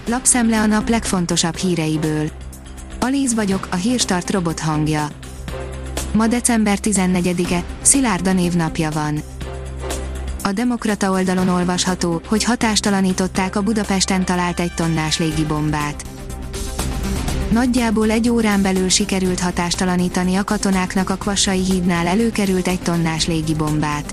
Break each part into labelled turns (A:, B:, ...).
A: Lapszemle a nap legfontosabb híreiből. Alíz vagyok, a Hírstart robot hangja. Ma december 14-e, Szilárda névnapja van. A Demokrata oldalon olvasható, hogy hatástalanították a Budapesten talált 1 tonnás légibombát. Nagyjából 1 órán belül sikerült hatástalanítani a katonáknak a Kvassai hídnál előkerült 1 tonnás légibombát.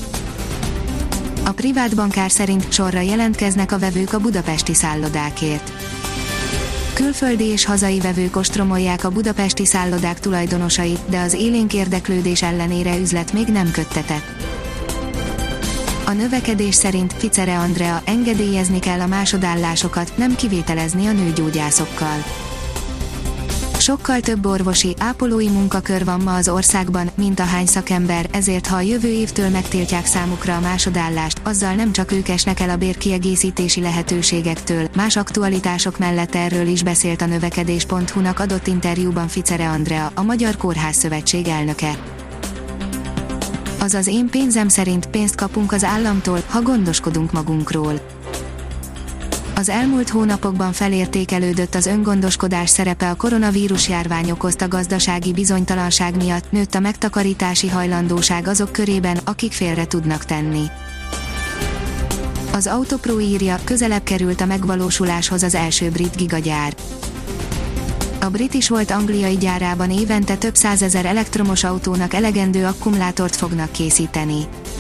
A: A privát bankár szerint sorra jelentkeznek a vevők a budapesti szállodákért. Külföldi és hazai vevők ostromolják a budapesti szállodák tulajdonosait, de az élénk érdeklődés ellenére üzlet még nem köttetett. A növekedés szerint Ficere Andrea engedélyezni kell a másodállásokat, nem kivételezni a nőgyógyászokkal. Sokkal több orvosi, ápolói munkakör van ma az országban, mint ahány szakember, ezért ha a jövő évtől megtiltják számukra a másodállást, azzal nem csak ők esnek el a bérkiegészítési lehetőségektől, más aktualitások mellett erről is beszélt a növekedés.hu-nak adott interjúban Ficere Andrea, a Magyar Kórház Szövetség elnöke. Azaz én pénzem szerint pénzt kapunk az államtól, ha gondoskodunk magunkról. Az elmúlt hónapokban felértékelődött az öngondoskodás szerepe a koronavírus járvány okozta gazdasági bizonytalanság miatt, nőtt a megtakarítási hajlandóság azok körében, akik félre tudnak tenni. Az Autopro írja, közelebb került a megvalósuláshoz az első brit gigagyár. A British Volt angliai gyárában évente több százezer elektromos autónak elegendő akkumulátort fognak készíteni.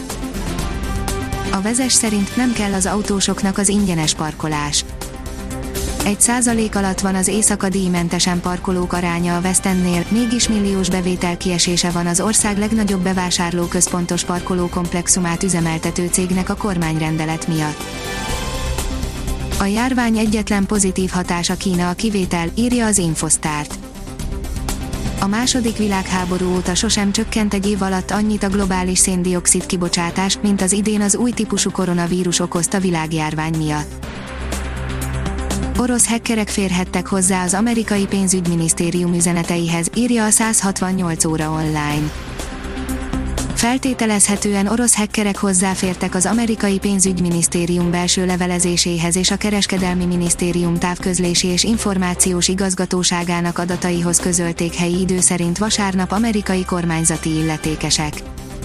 A: A Vezes szerint nem kell az autósoknak az ingyenes parkolás. 1% alatt van az éjszaka díjmentesen parkolók aránya a West Endnél, mégis milliós bevételkiesése van az ország legnagyobb bevásárlóközpontos parkolókomplexumát üzemeltető cégnek a kormányrendelet miatt. A járvány egyetlen pozitív hatása Kína a kivétel, írja az Infosztárt. A második világháború óta sosem csökkent egy év alatt annyit a globális szén-dioxid kibocsátás, mint az idén az új típusú koronavírus okozta világjárvány miatt. Orosz hackerek férhettek hozzá az amerikai pénzügyminisztérium üzeneteihez, írja a 168 óra online. Feltételezhetően orosz hackerek hozzáfértek az amerikai pénzügyminisztérium belső levelezéséhez és a kereskedelmi minisztérium távközlési és információs igazgatóságának adataihoz közölték helyi idő szerint vasárnap amerikai kormányzati illetékesek.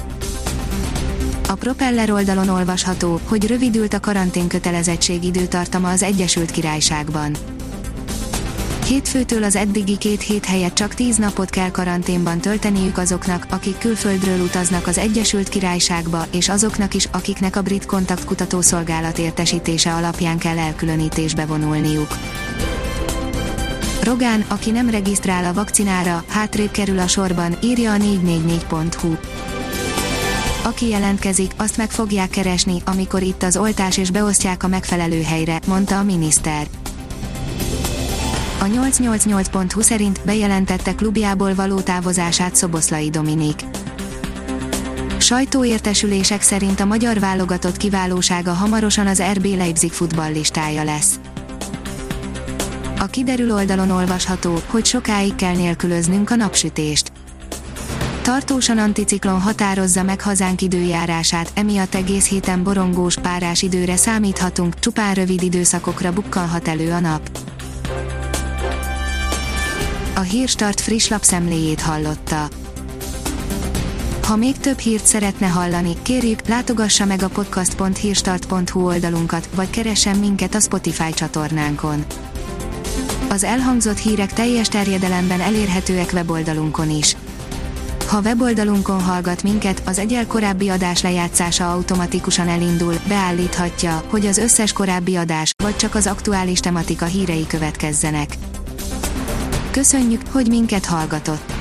A: A Propeller oldalon olvasható, hogy rövidült a karanténkötelezettség időtartama az Egyesült Királyságban. Hétfőtől az eddigi 2 hét helyett csak 10 napot kell karanténban tölteniük azoknak, akik külföldről utaznak az Egyesült Királyságba, és azoknak is, akiknek a brit kontaktkutatószolgálat értesítése alapján kell elkülönítésbe vonulniuk. Rogán, aki nem regisztrál a vakcinára, hátrébb kerül a sorban, írja a 444.hu. Aki jelentkezik, azt meg fogják keresni, amikor itt az oltás és beosztják a megfelelő helyre, mondta a miniszter. A 888.hu szerint bejelentette klubjából való távozását Szoboszlai Dominik. Sajtóértesülések szerint a magyar válogatott kiválósága hamarosan az RB Leipzig futballistája lesz. A Kiderül oldalon olvasható, hogy sokáig kell nélkülöznünk a napsütést. Tartósan anticiklon határozza meg hazánk időjárását, emiatt egész héten borongós, párás időre számíthatunk, csupán rövid időszakokra bukkanhat elő a nap. A Hírstart friss lapszemléjét hallotta. Ha még több hírt szeretne hallani, kérjük, látogassa meg a podcast.hírstart.hu oldalunkat, vagy keressen minket a Spotify csatornánkon. Az elhangzott hírek teljes terjedelemben elérhetőek weboldalunkon is. Ha weboldalunkon hallgat minket, az egyel korábbi adás lejátszása automatikusan elindul, beállíthatja, hogy az összes korábbi adás, vagy csak az aktuális tematika hírei következzenek. Köszönjük, hogy minket hallgatott!